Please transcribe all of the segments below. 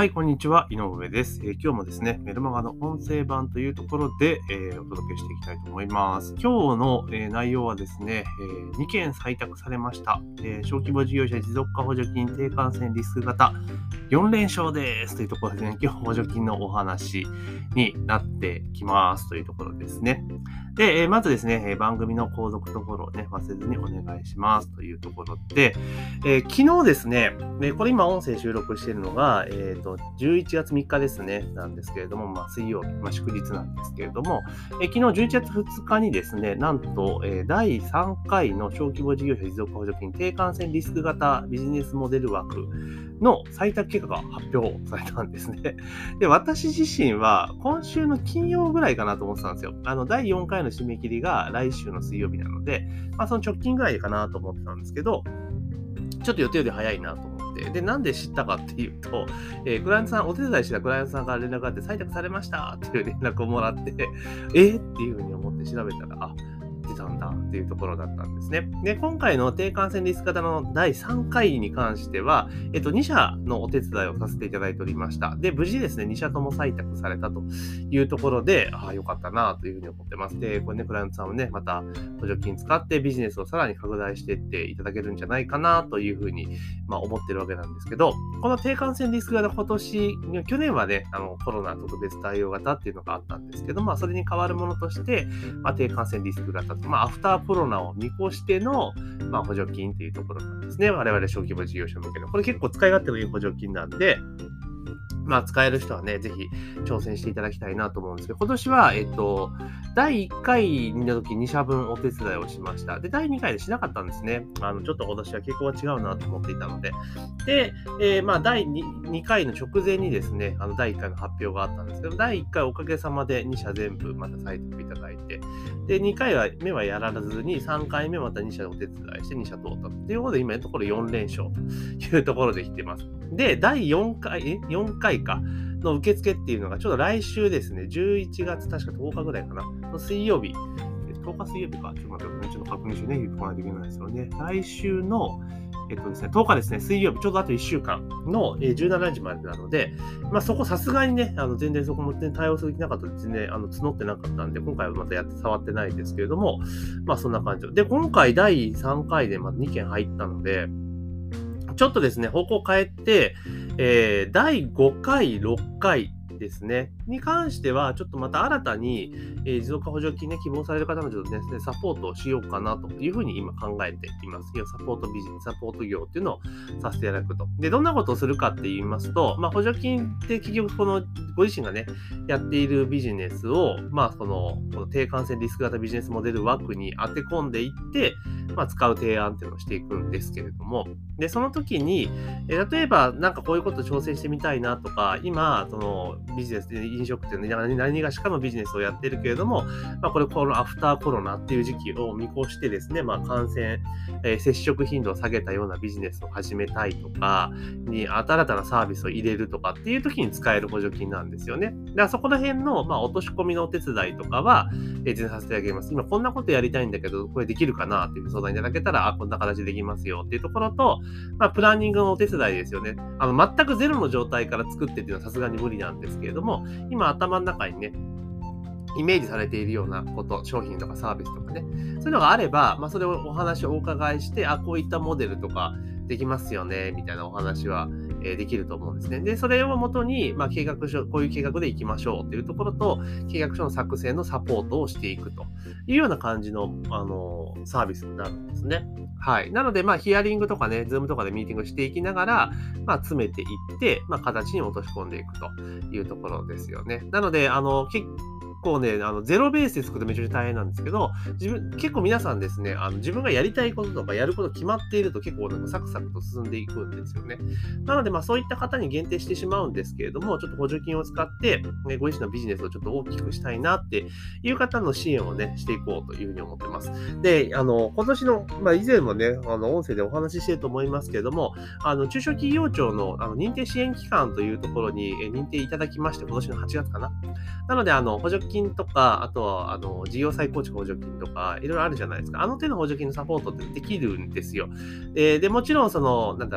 はい、こんにちは。井上です。今日もですね、メルマガの音声版というところで、お届けしていきたいと思います。今日の、内容はですね、2件採択されました。小規模事業者持続化補助金低感染リスク型4連勝ですというところでね、今日補助金のお話になってきますというところですね。で、まずですね、番組の購読とフォローね、忘れずにお願いしますというところで、昨日ですね、これ今音声収録しているのが、11月3日ですね、なんですけれども、水曜日、祝日なんですけれども、昨日11月2日にですね、なんと、第3回の小規模事業者持続化補助金低感染リスク型ビジネスモデル枠の採択結果が発表されたんですね。で、私自身は今週の金曜ぐらいかなと思ってたんですよ。第4回の締め切りが来週の水曜日なので、その直近ぐらいかなと思ってたんですけど、ちょっと予定より早いなと思って。で、なんで知ったかっていうと、クライアントさん、お手伝いしてたクライアントさんから連絡があって、採択されましたっていう連絡をもらって、っていうふうに思って調べたら、出たんだっていうところだったんですね。で、今回の低感染リスク型の第3回に関しては、2社のお手伝いをさせていただいておりました。で、無事ですね、2社とも採択されたというところで、よかったなというふうに思ってます。で、これね、クライアントさんもね、また補助金使ってビジネスをさらに拡大していっていただけるんじゃないかなというふうに、思ってるわけなんですけど、この低感染リスク型去年はね、コロナ特別対応型っていうのがあったんですけど、それに代わるものとして、低感染リスク型アフターコロナを見越しての、補助金っていうところなんですね。我々小規模事業者向けの。これ結構使い勝手のいい補助金なんで、使える人はね、ぜひ挑戦していただきたいなと思うんですけど、今年は、第1回の時2社分お手伝いをしました。で、第2回でしなかったんですね。ちょっと今年は傾向が違うなと思っていたので。で、第 2回の直前にですね、第1回の発表があったんですけど、第1回おかげさまで2社全部また採択いただいて、で、2回目はやらずに、3回目また2社でお手伝いして2社通ったっていうことで、今のところ4連勝というところで来てます。で、第4回の受付っていうのがちょうど来週ですね、11月確か10日ぐらいかな、の水曜日、10日水曜日か、ちょっと待ってくださいね、ちょっと確認してね、言ってこないといけないですよね。来週の、ですね、10日ですね、水曜日、ちょうどあと1週間の17時までなので、そこさすがにね、全然そこも、対応する気なかったですね、募ってなかったんで、今回はまた触ってないですけれども、そんな感じで、今回第3回でまた2件入ったので、ちょっとですね、方向変えて、第5回、6回ですね、に関しては、ちょっとまた新たに、持続化補助金ね、希望される方のちょっとね、サポートをしようかなというふうに今考えています。サポートビジネス、サポート業っていうのをさせていただくと。で、どんなことをするかって言いますと、補助金って結局ご自身がね、やっているビジネスを、この低感染リスク型ビジネスモデル枠に当て込んでいって、使う提案っていうのをしていくんですけれども、で、その時に、例えばこういうことを挑戦してみたいなとか、今、ビジネスで飲食店で何がしかのビジネスをやってるけれども、このアフターコロナっていう時期を見越してですね、感染、接触頻度を下げたようなビジネスを始めたいとか、新たなサービスを入れるとかっていう時に使える補助金なんですよね。だからそこら辺の、落とし込みのお手伝いとかは、全然させてあげます。今こんなことやりたいんだけど、これできるかなっていう相談いただけたら、こんな形でできますよっていうところと、プランニングのお手伝いですよね。全くゼロの状態から作ってっていうのはさすがに無理なんですけれども、今頭の中にね、イメージされているようなこと、商品とかサービスとかね、そういうのがあれば、それをお話をお伺いして、こういったモデルとかできますよね、みたいなお話は、できると思うんですね。で、それをもとに、計画書、こういう計画でいきましょうっていうところと、計画書の作成のサポートをしていくというような感じの、サービスになるんですね。はい。なので、ヒアリングとかね、ズームとかでミーティングしていきながら、詰めていって、形に落とし込んでいくというところですよね。なので、結構ね、ゼロベースで作るとめちゃくちゃ大変なんですけど、結構皆さんですね、自分がやりたいこととかやること決まっていると結構サクサクと進んでいくんですよね。なので、そういった方に限定してしまうんですけれども、ちょっと補助金を使って、ご自身のビジネスをちょっと大きくしたいなっていう方の支援をね、していこうというふうに思ってます。で、今年の、以前もね、音声でお話ししていると思いますけれども、中小企業庁の認定支援機関というところに認定いただきまして、今年の8月かな。なので、補助金とか、あとは、事業再構築補助金とか、いろいろあるじゃないですか。手の補助金のサポートってできるんですよ。で、もちろん、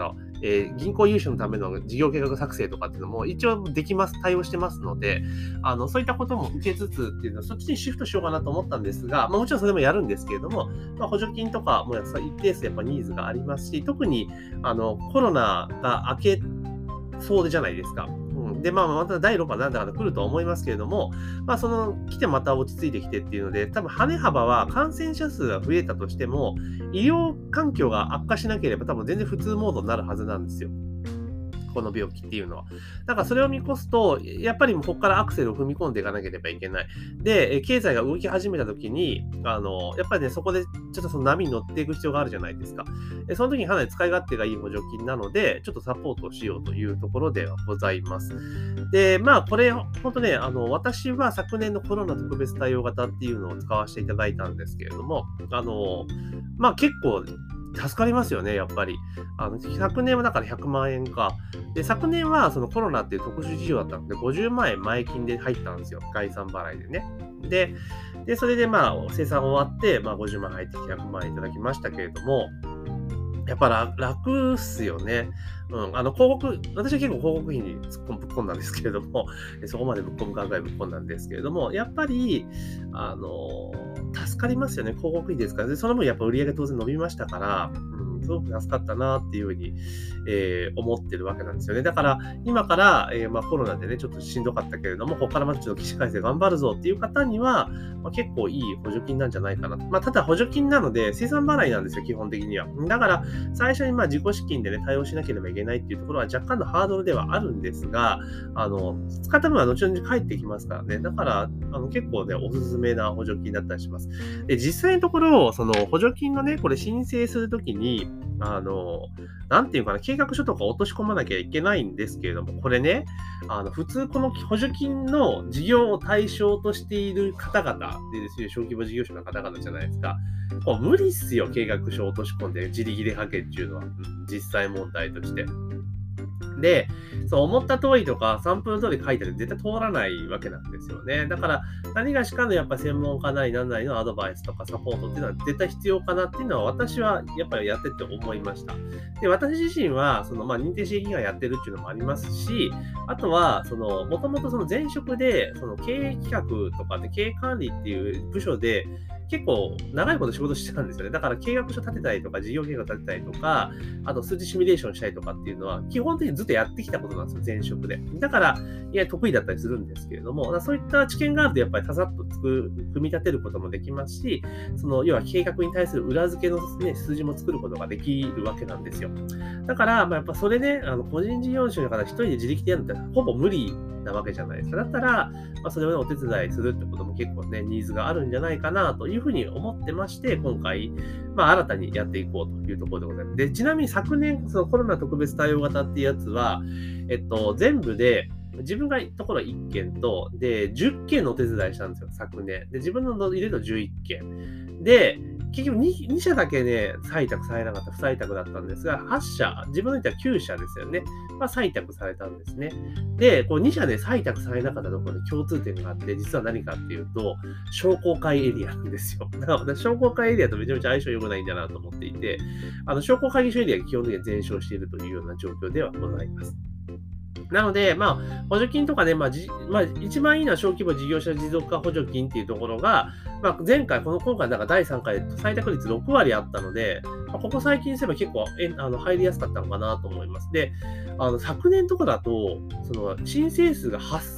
銀行融資のための事業計画作成とかっていうのも一応できます、対応してますので、そういったことも受けつつっていうのは、そっちにシフトしようかなと思ったんですが、もちろんそれもやるんですけれども、補助金とかも一定数やっぱニーズがありますし、特にコロナが明けそうじゃないですか。で、また第6波なんだか来るとは思いますけれども、来てまた落ち着いてきてっていうので、多分跳ね幅は感染者数が増えたとしても、医療環境が悪化しなければ多分全然普通モードになるはずなんですよ。この病気っていうのは。だからそれを見越すと、やっぱりもうここからアクセルを踏み込んでいかなければいけない。で、経済が動き始めた時に、やっぱりね、そこでちょっとその波に乗っていく必要があるじゃないですか。その時にかなり使い勝手がいい補助金なので、ちょっとサポートをしようというところではございます。で、これ、本当ね、私は昨年のコロナ特別対応型っていうのを使わせていただいたんですけれども、結構、助かりますよね、やっぱり。昨年はだから100万円か。で、昨年はそのコロナっていう特殊事情だったので、50万円前金で入ったんですよ。概算払いでね。で、それで生産終わって、50万入ってきて100万円いただきましたけれども、やっぱ楽っすよね。広告、私は結構広告費にぶっ込んだんですけれども、そこまでぶっ込む考えぶっ込んだんですけれども、やっぱり、助かりますよね。広告費ですから。で、その分やっぱ売り上げ当然伸びましたから、すごく助かったなっていうふうに、思ってるわけなんですよね。だから、今から、コロナでね、ちょっとしんどかったけれども、ここからまたちょっと起死回生頑張るぞっていう方には、結構いい補助金なんじゃないかなと。ただ補助金なので、生産払いなんですよ、基本的には。だから、最初に自己資金でね、対応しなければいけないっていうところは若干のハードルではあるんですが、使った分は後々返ってきますからね。だから、結構ね、おすすめな補助金だったりします。で、実際のところ、その補助金のね、これ申請するときに、なんていうかな、計画書とか落とし込まなきゃいけないんですけれども、これね、普通この補助金の事業を対象としている方々でですよ、小規模事業者の方々じゃないですか。もう無理っすよ、計画書を落とし込んで自力で書けっていうのは、実際問題として。で、そう思った通りとかサンプル通り書いてると絶対通らないわけなんですよね。だから何がしかのやっぱ専門家なり何なりのアドバイスとかサポートっていうのは絶対必要かなっていうのは私はやっぱりやってて思いました。で、私自身はその認定刺激がやってるっていうのもありますし、あとはもともとその前職でその経営企画とかで経営管理っていう部署で結構長いこと仕事してたんですよね。だから計画書立てたりとか事業計画立てたりとか、あと数字シミュレーションしたりとかっていうのは基本的にずっとやってきたことなんですよ、前職で。だから、得意だったりするんですけれども、そういった知見があるとやっぱりささっと組み立てることもできますし、要は計画に対する裏付けの、ね、数字も作ることができるわけなんですよ。だから、やっぱそれね、個人事業主の方一人で自力でやるのってほぼ無理なわけじゃないですか。だったら、それを、ね、お手伝いするってことも結構ね、ニーズがあるんじゃないかなというふうに思ってまして、今回、新たにやっていこうというところでございます。で、ちなみに昨年、そのコロナ特別対応型っていうやつは、全部で、自分が行ったところは1件と、で、10件のお手伝いしたんですよ、昨年。で、自分の入れると11件。で、結局 2社だけね、採択されなかった、不採択だったんですが、8社、自分の言ったら9社ですよね。採択されたんですね。で、こう2社で採択されなかったところに共通点があって、実は何かっていうと、商工会エリアなんですよ。だから商工会エリアとめちゃめちゃ相性良くないんだなと思っていて、商工会議所エリアが基本的に全焼しているというような状況ではございます。なので、補助金とかね、一番いいのは小規模事業者持続化補助金っていうところが、今回だから第3回で採択率6割あったので、ここ最近すれば結構入りやすかったのかなと思います。で、昨年とかだと、申請数が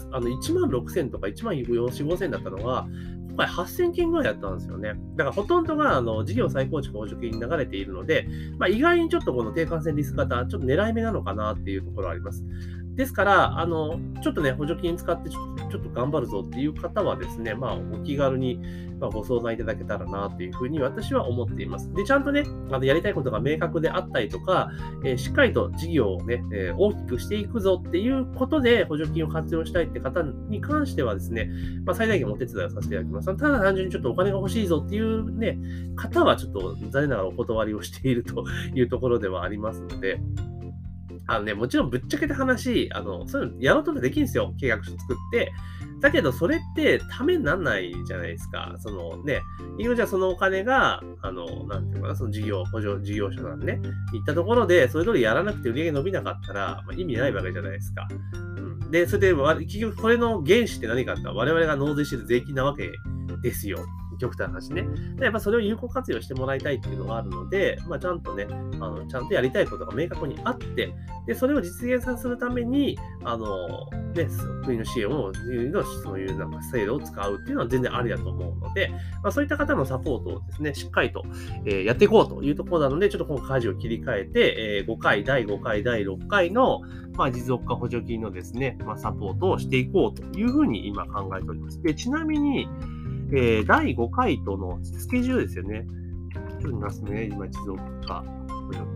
1万6000とか1万4、5000だったのが、今回8000件ぐらいだったんですよね。だからほとんどが事業再構築補助金に流れているので、意外にちょっとこの低感染リスク型、ちょっと狙い目なのかなっていうところはあります。ですから、ちょっとね、補助金使ってちょっと頑張るぞっていう方はですね、お気軽にご相談いただけたらなというふうに私は思っています。で、ちゃんとね、やりたいことが明確であったりとか、しっかりと事業をね、大きくしていくぞっていうことで補助金を活用したいって方に関してはですね、最大限お手伝いをさせていただきます。ただ単純にちょっとお金が欲しいぞっていうね、方はちょっと残念ながらお断りをしているというところではありますので、 もちろんぶっちゃけた話、そういうのやろうとできるんですよ。契約書作って。だけど、それってためになんないじゃないですか。じゃあそのお金が、なんていうかな、その補助事業者さんね、行ったところで、それ通りやらなくて売り上げ伸びなかったら、意味ないわけじゃないですか。で、それで、結局これの原資って何かって我々が納税してる税金なわけですよ。極端な話ね。でやっぱそれを有効活用してもらいたいっていうのがあるので、ちゃんとね、ちゃんとやりたいことが明確にあって、で、それを実現させるために、国の支援を、そういうなんか制度を使うっていうのは全然ありだと思うので、そういった方のサポートをですね、しっかりと、やっていこうというところなので、ちょっと今回舵を切り替えて、第5回、第6回の、持続化補助金のですね、サポートをしていこうというふうに今考えております。で、ちなみに、第5回とのスケジュールですよね。ちょっと見ますね。今、持続化補助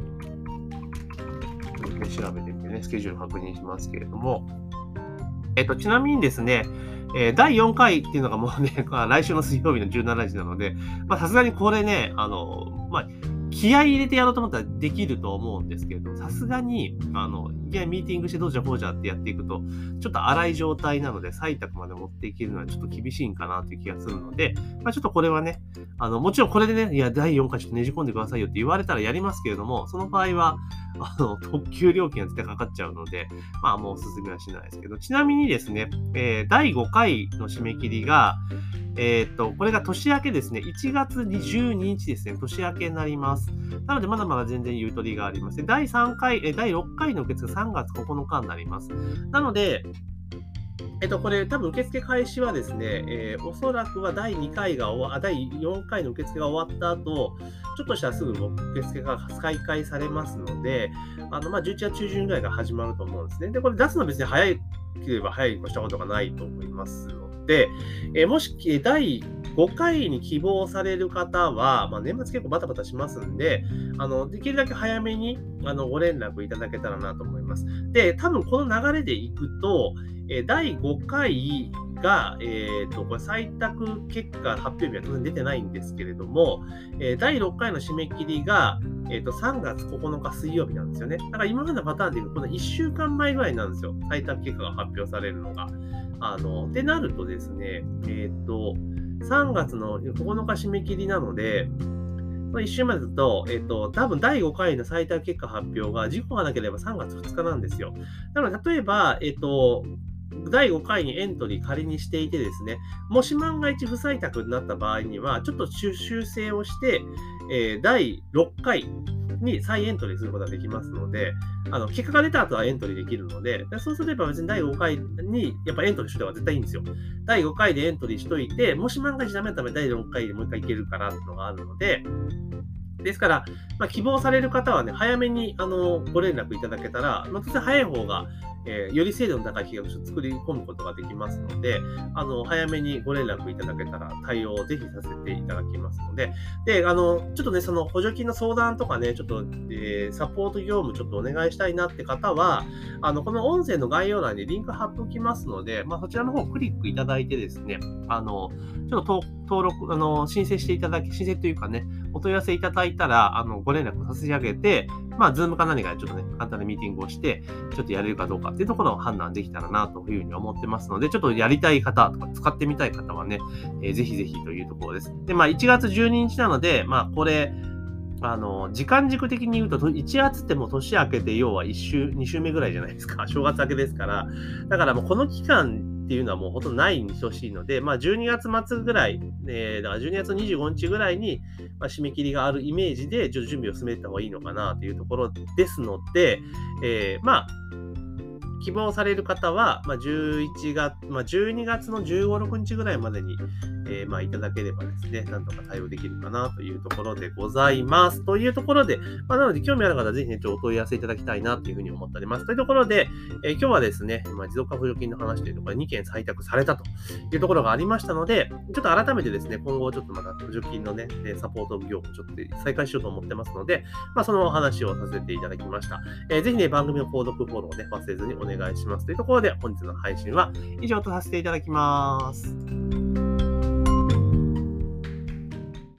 金。調べてみてね、スケジュール確認しますけれども。ちなみにですね、第4回っていうのがもうね、来週の水曜日の17時なので、さすがにこれね、気合い入れてやろうと思ったらできると思うんですけれど、さすがに、いきなりミーティングしてどうじゃこうじゃってやっていくと、ちょっと荒い状態なので、採択まで持っていけるのはちょっと厳しいんかなという気がするので、ちょっとこれはね、もちろんこれでね、いや、第4回ちょっとねじ込んでくださいよって言われたらやりますけれども、その場合は、特急料金が絶対かかっちゃうので、もうおすすめはしないですけど、ちなみにですね、第5回の締め切りが、これが年明けですね、1月12日ですね、年明けになります。なので、まだまだ全然ゆとりがあります。第3回、第6回の受付が3月9日になります。なので、これ多分受付開始はですね、おそらくは第4回の受付が終わった後、ちょっとしたらすぐ受付が再開されますので、11月中旬ぐらいが始まると思うんですね。で、これ出すのは別に早ければ早いに越したことがないと思いますので、もし第5回に希望される方は、年末結構バタバタしますんで、できるだけ早めにご連絡いただけたらなと思います。で、多分この流れでいくと、第5回が、これ採択結果発表日は当然出てないんですけれども、第6回の締め切りが、3月9日水曜日なんですよね。だから今までのパターンでいうと、この1週間前ぐらいなんですよ。採択結果が発表されるのが。ってなるとですね、3月の9日締め切りなので、1週前だと、多分第5回の採択結果発表が事故がなければ3月2日なんですよ。なので、例えば、第5回にエントリー仮にしていてですね、もし万が一不採択になった場合には、ちょっと修正をして、第6回に再エントリーすることができますので、結果が出た後はエントリーできるので、そうすれば別に第5回にやっぱエントリーしといた方が絶対いいんですよ。第5回でエントリーしといて、もし万が一ダメだったら第6回でもう一回いけるからっていうのがあるので、ですから、希望される方はね、早めにご連絡いただけたら、当然早い方が、より精度の高い企画書を作り込むことができますので、早めにご連絡いただけたら対応をぜひさせていただきますので、で、ちょっとね、その補助金の相談とかね、ちょっと、サポート業務ちょっとお願いしたいなって方は、この音声の概要欄にリンク貼っておきますので、そちらの方をクリックいただいてですね、ちょっと登録、申請していただき、申請というかね、お問い合わせいただいたら、ご連絡させてあげて、ズームか何かでちょっとね、簡単なミーティングをして、ちょっとやれるかどうかっていうところを判断できたらなというふうに思ってますので、ちょっとやりたい方とか使ってみたい方はね、ぜひぜひというところです。で、1月12日なので、これ、時間軸的に言うと、1月ってもう年明けて、要は2週目ぐらいじゃないですか。正月明けですから。だからもうこの期間っていうのはもうほとんどないに等しいので、12月末ぐらい、だから12月25日ぐらいに、締め切りがあるイメージで、ちょっと準備を進めた方がいいのかなというところですので、希望される方は、12月の15、6日ぐらいまでに、いただければですね、なんとか対応できるかなというところでございます。というところで、なので興味ある方はぜひね、お問い合わせいただきたいなというふうに思っております。というところで、今日はですね、持続化補助金の話というところで2件採択されたというところがありましたので、ちょっと改めてですね、今後ちょっとまた補助金のね、サポート業務ちょっと再開しようと思ってますので、そのお話をさせていただきました。ぜひね、番組の購読フォローをね、忘れずにお願いします。というところで、本日の配信は以上とさせていただきます。